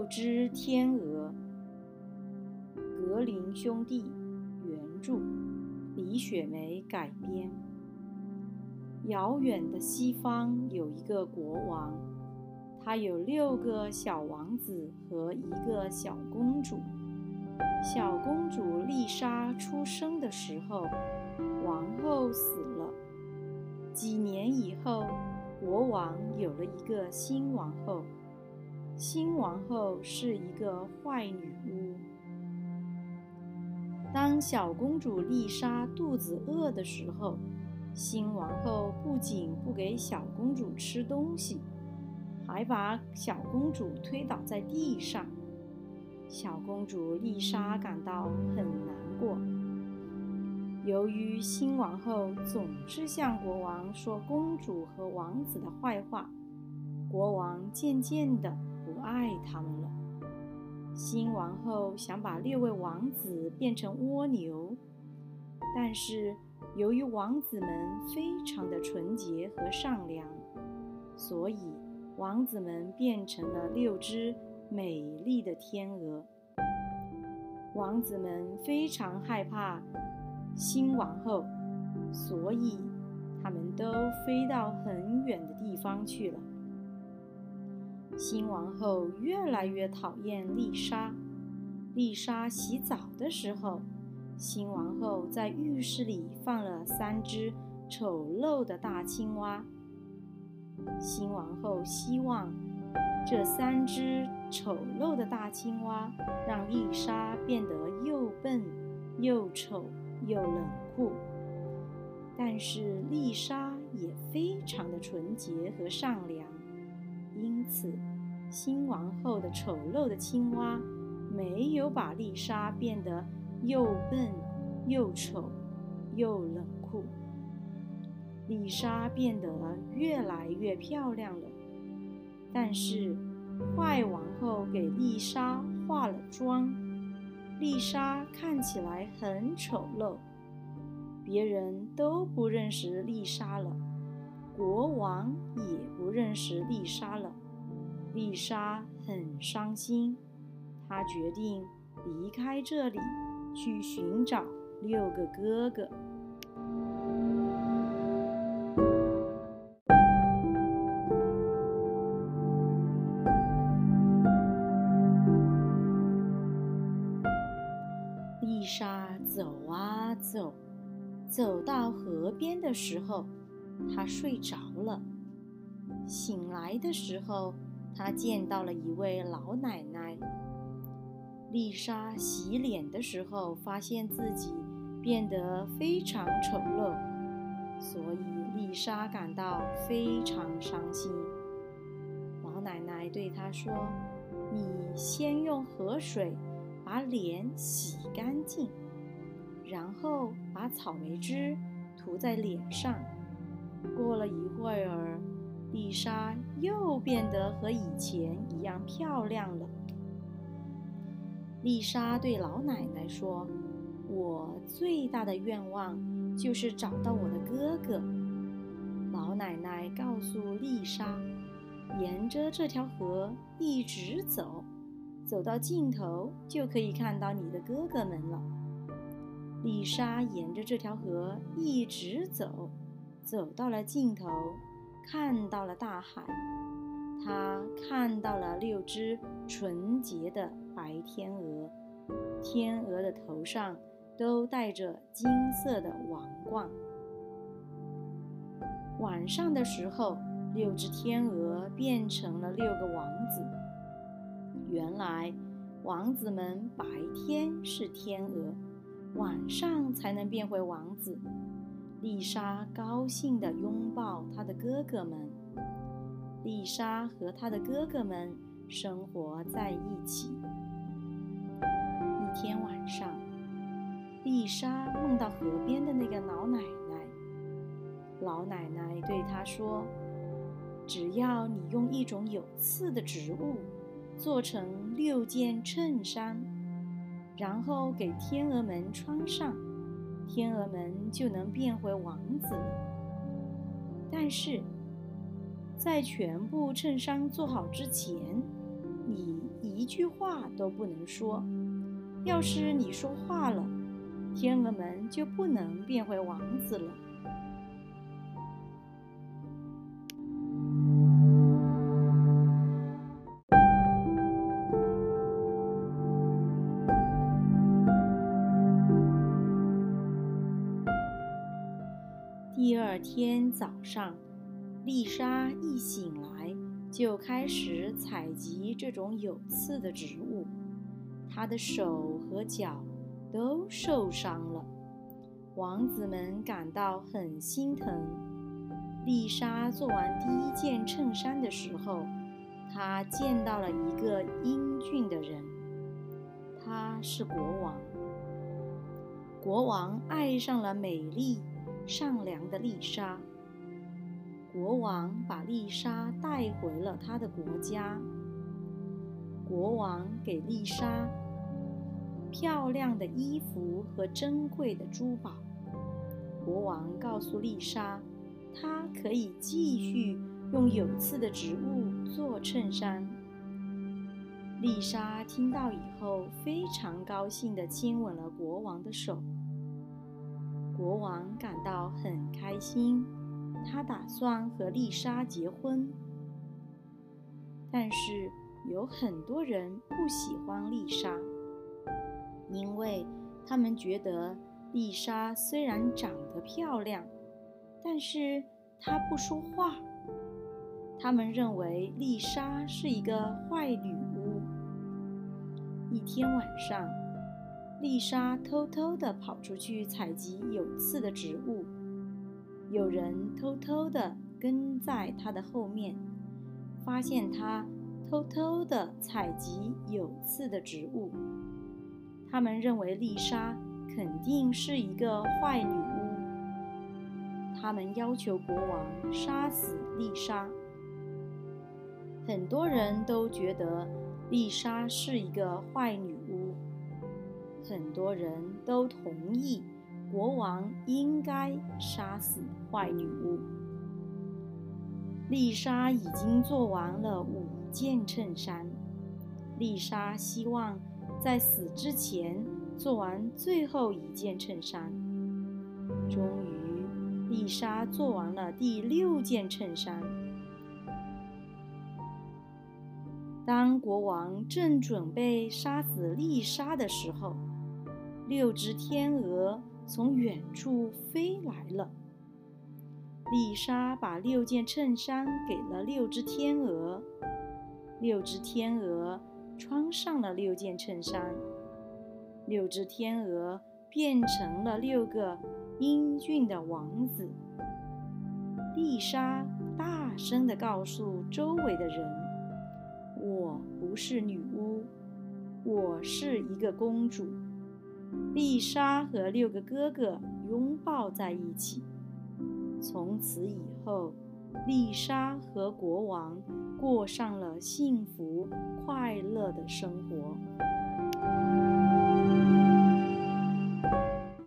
六只天鹅，格林兄弟原著，李雪梅改编。遥远的西方有一个国王，他有6个小王子和1个小公主。小公主丽莎出生的时候，王后死了。几年以后，国王有了一个新王后。新王后是一个坏女巫。当小公主丽莎肚子饿的时候，新王后不仅不给小公主吃东西，还把小公主推倒在地上。小公主丽莎感到很难过。由于新王后总是向国王说公主和王子的坏话，国王渐渐地不爱他们了。新王后想把6位王子变成蜗牛，但是由于王子们非常的纯洁和善良，所以王子们变成了6只美丽的天鹅。王子们非常害怕新王后，所以他们都飞到很远的地方去了。新王后越来越讨厌丽莎。丽莎洗澡的时候，新王后在浴室里放了3只丑陋的大青蛙。新王后希望这3只丑陋的大青蛙让丽莎变得又笨又丑又冷酷，但是丽莎也非常的纯洁和善良，因此新王后的丑陋的青蛙没有把丽莎变得又笨又丑又冷酷。丽莎变得越来越漂亮了，但是坏王后给丽莎化了妆，丽莎看起来很丑陋，别人都不认识丽莎了，国王也不认识丽莎了。丽莎很伤心，她决定离开这里，去寻找6个哥哥。丽莎走啊走，走到河边的时候，她睡着了。醒来的时候，她见到了一位老奶奶。丽莎洗脸的时候，发现自己变得非常丑陋，所以丽莎感到非常伤心。老奶奶对她说：“你先用河水把脸洗干净，然后把草莓汁涂在脸上。”过了一会儿，丽莎又变得和以前一样漂亮了。丽莎对老奶奶说：“我最大的愿望就是找到我的哥哥。”老奶奶告诉丽莎：“沿着这条河一直走，走到尽头就可以看到你的哥哥们了。”丽莎沿着这条河一直走，走到了尽头，看到了大海。她看到了6只纯洁的白天鹅，天鹅的头上都戴着金色的王冠。晚上的时候，6只天鹅变成了6个王子。原来王子们白天是天鹅，晚上才能变回王子。丽莎高兴地拥抱她的哥哥们。丽莎和她的哥哥们生活在一起。一天晚上，丽莎梦到河边的那个老奶奶。老奶奶对她说：“只要你用一种有刺的植物做成6件衬衫，然后给天鹅们穿上，天鹅们就能变回王子了。但是在全部衬衫做好之前， 你一句话都不能说。要是你说话了，天鹅们就不能变回王子了。第二天早上，丽莎一醒来就开始采集这种有刺的植物，她的手和脚都受伤了。王子们感到很心疼。丽莎做完第一件衬衫的时候，她见到了一个英俊的人，他是国王。国王爱上了美丽善良的丽莎。国王把丽莎带回了他的国家。国王给丽莎漂亮的衣服和珍贵的珠宝。国王告诉丽莎，她可以继续用有刺的植物做衬衫。丽莎听到以后，非常高兴地亲吻了国王的手。国王感到很开心，他打算和丽莎结婚。但是有很多人不喜欢丽莎，因为他们觉得丽莎虽然长得漂亮，但是她不说话。他们认为丽莎是一个坏女巫。一天晚上，丽莎偷偷地跑出去采集有刺的植物，有人偷偷地跟在她的后面，发现她偷偷地采集有刺的植物。他们认为丽莎肯定是一个坏女巫。他们要求国王杀死丽莎。很多人都觉得丽莎是一个坏女巫。很多人都同意国王应该杀死坏女巫。丽莎已经做完了5件衬衫。丽莎希望在死之前做完最后1件衬衫。终于，丽莎做完了第6件衬衫。当国王正准备杀死丽莎的时候，6只天鹅从远处飞来了。丽莎把6件衬衫给了6只天鹅，6只天鹅穿上了6件衬衫，6只天鹅变成了6个英俊的王子。丽莎大声地告诉周围的人，我不是女巫，我是一个公主。丽莎和6个哥哥拥抱在一起。从此以后，丽莎和国王过上了幸福快乐的生活。